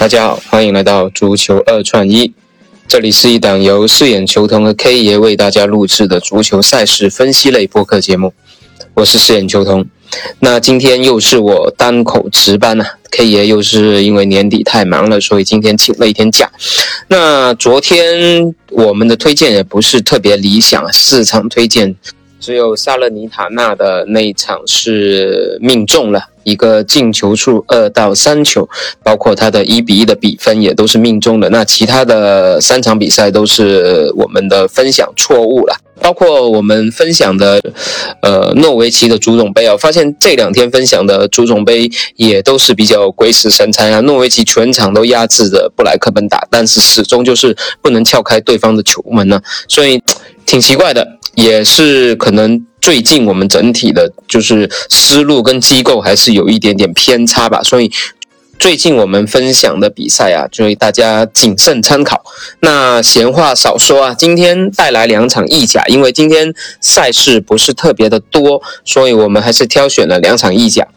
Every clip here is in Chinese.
大家好，欢迎来到足球2串1，这里是一档由饰演球童和 K 爷为大家录制的足球赛事分析类播客节目，我是饰演球童。那今天又是我单口值班K 爷又是因为年底太忙了，所以今天请了一天假。那昨天我们的推荐也不是特别理想，4场推荐只有萨勒尼塔纳的那一场是命中了一个进球数2到3球，包括他的1-1的比分也都是命中的。那其他的3场比赛都是我们的分享错误了，包括我们分享的诺维奇的足总杯发现这2天分享的足总杯也都是比较鬼使神差诺维奇全场都压制着布莱克本打，但是始终就是不能撬开对方的球门所以挺奇怪的，也是可能最近我们整体的就是思路跟机构还是有一点点偏差吧，所以最近我们分享的比赛所以大家谨慎参考。那闲话少说今天带来2场意甲，因为今天赛事不是特别的多，所以我们还是挑选了2场意甲。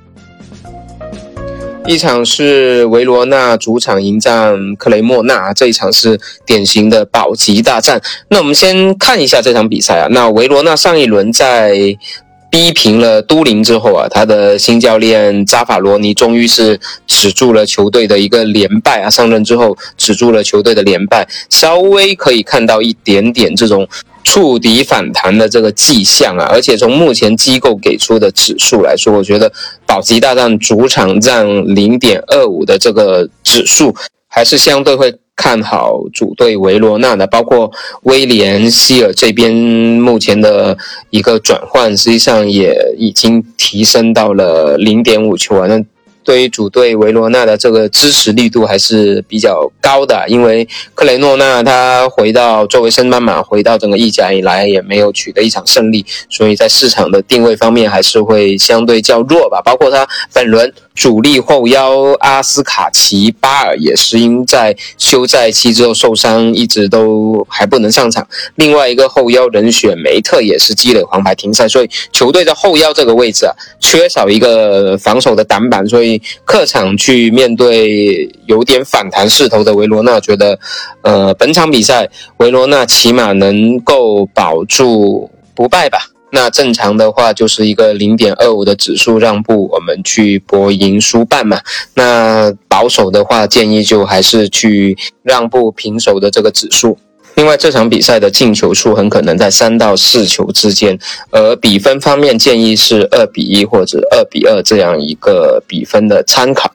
一场是维罗纳主场迎战克雷莫纳，这一场是典型的保级大战。那我们先看一下这场比赛那维罗纳上一轮在逼平了都灵之后他的新教练扎法罗尼终于是止住了球队的一个连败上任之后止住了球队的连败，稍微可以看到一点点这种触底反弹的这个迹象而且从目前机构给出的指数来说，我觉得保级大战主场战 0.25 的这个指数还是相对会看好主队维罗纳的，包括威廉希尔这边目前的一个转换实际上也已经提升到了 0.5 球那对于主队维罗纳的这个支持力度还是比较高的，因为克雷诺纳他作为升班马回到整个意甲以来也没有取得一场胜利，所以在市场的定位方面还是会相对较弱吧。包括他本轮主力后腰阿斯卡奇巴尔也是因在休赛期之后受伤，一直都还不能上场。另外一个后腰人选梅特也是积累黄牌停赛，所以球队在后腰这个位置缺少一个防守的挡板，所以客场去面对有点反弹势头的维罗纳，觉得本场比赛维罗纳起码能够保住不败吧。那正常的话就是一个 0.25 的指数让步，我们去博赢输半嘛。那保守的话建议就还是去让步平手的这个指数。另外这场比赛的进球数很可能在3到4球之间，而比分方面建议是2-1或者2-2这样一个比分的参考。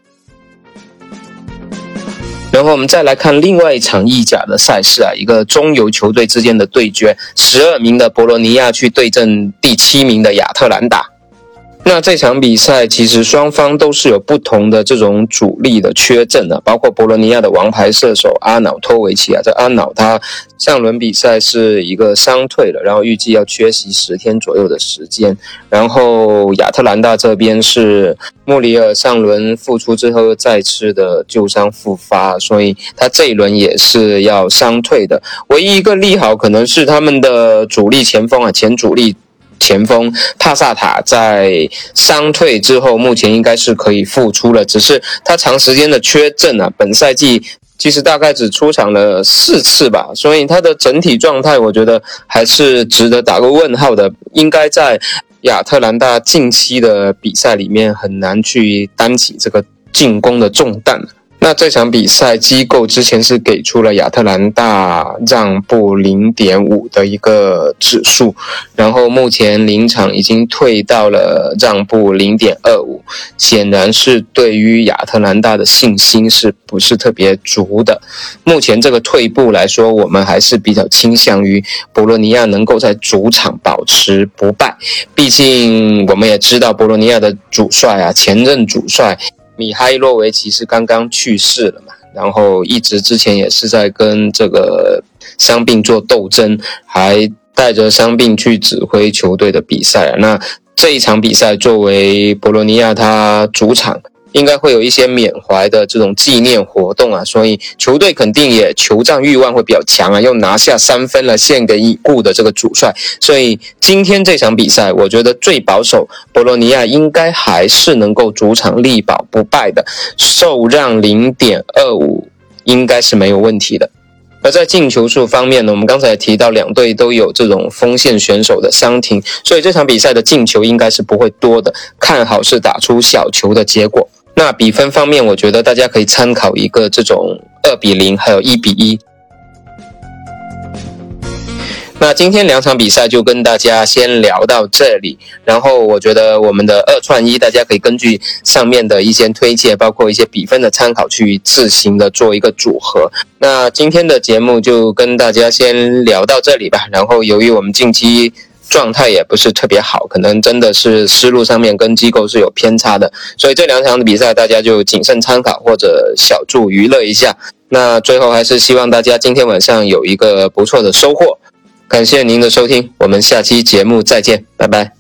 然后我们再来看另外一场意甲的赛事一个中游球队之间的对决，12名的博洛尼亚去对阵第7名的亚特兰大。那这场比赛其实双方都是有不同的这种主力的缺阵包括博洛尼亚的王牌射手阿瑙托维奇这阿瑙他上轮比赛是一个伤退了，然后预计要缺席10天左右的时间。然后亚特兰大这边是穆里尔上轮复出之后再次的旧伤复发，所以他这一轮也是要伤退的。唯一一个利好可能是他们的主力前锋前主力前锋帕萨塔在伤退之后目前应该是可以复出了，只是他长时间的缺阵本赛季其实大概只出场了4次吧，所以他的整体状态我觉得还是值得打个问号的，应该在亚特兰大近期的比赛里面很难去担起这个进攻的重担。那这场比赛机构之前是给出了亚特兰大让步 0.5 的一个指数，然后目前临场已经退到了让步 0.25， 显然是对于亚特兰大的信心是不是特别足的。目前这个退步来说，我们还是比较倾向于博洛尼亚能够在主场保持不败，毕竟我们也知道博洛尼亚的主帅前任主帅米哈伊洛维奇是刚刚去世了嘛，然后一直之前也是在跟这个伤病做斗争，还带着伤病去指挥球队的比赛那这一场比赛作为博洛尼亚他主场应该会有一些缅怀的这种纪念活动啊，所以球队肯定也求战欲望会比较强啊，又拿下3分了，献给已故的这个主帅，所以今天这场比赛我觉得最保守博洛尼亚应该还是能够主场力保不败的，受让 0.25 应该是没有问题的。而在进球数方面呢，我们刚才提到两队都有这种锋线选手的伤停，所以这场比赛的进球应该是不会多的，看好是打出小球的结果。那比分方面，我觉得大家可以参考一个这种2-0还有1-1。那今天2场比赛就跟大家先聊到这里，然后我觉得我们的2串1大家可以根据上面的一些推荐，包括一些比分的参考去自行的做一个组合。那今天的节目就跟大家先聊到这里吧，然后由于我们近期状态也不是特别好，可能真的是思路上面跟机构是有偏差的，所以这2场的比赛大家就谨慎参考或者小注娱乐一下。那最后还是希望大家今天晚上有一个不错的收获，感谢您的收听，我们下期节目再见，拜拜。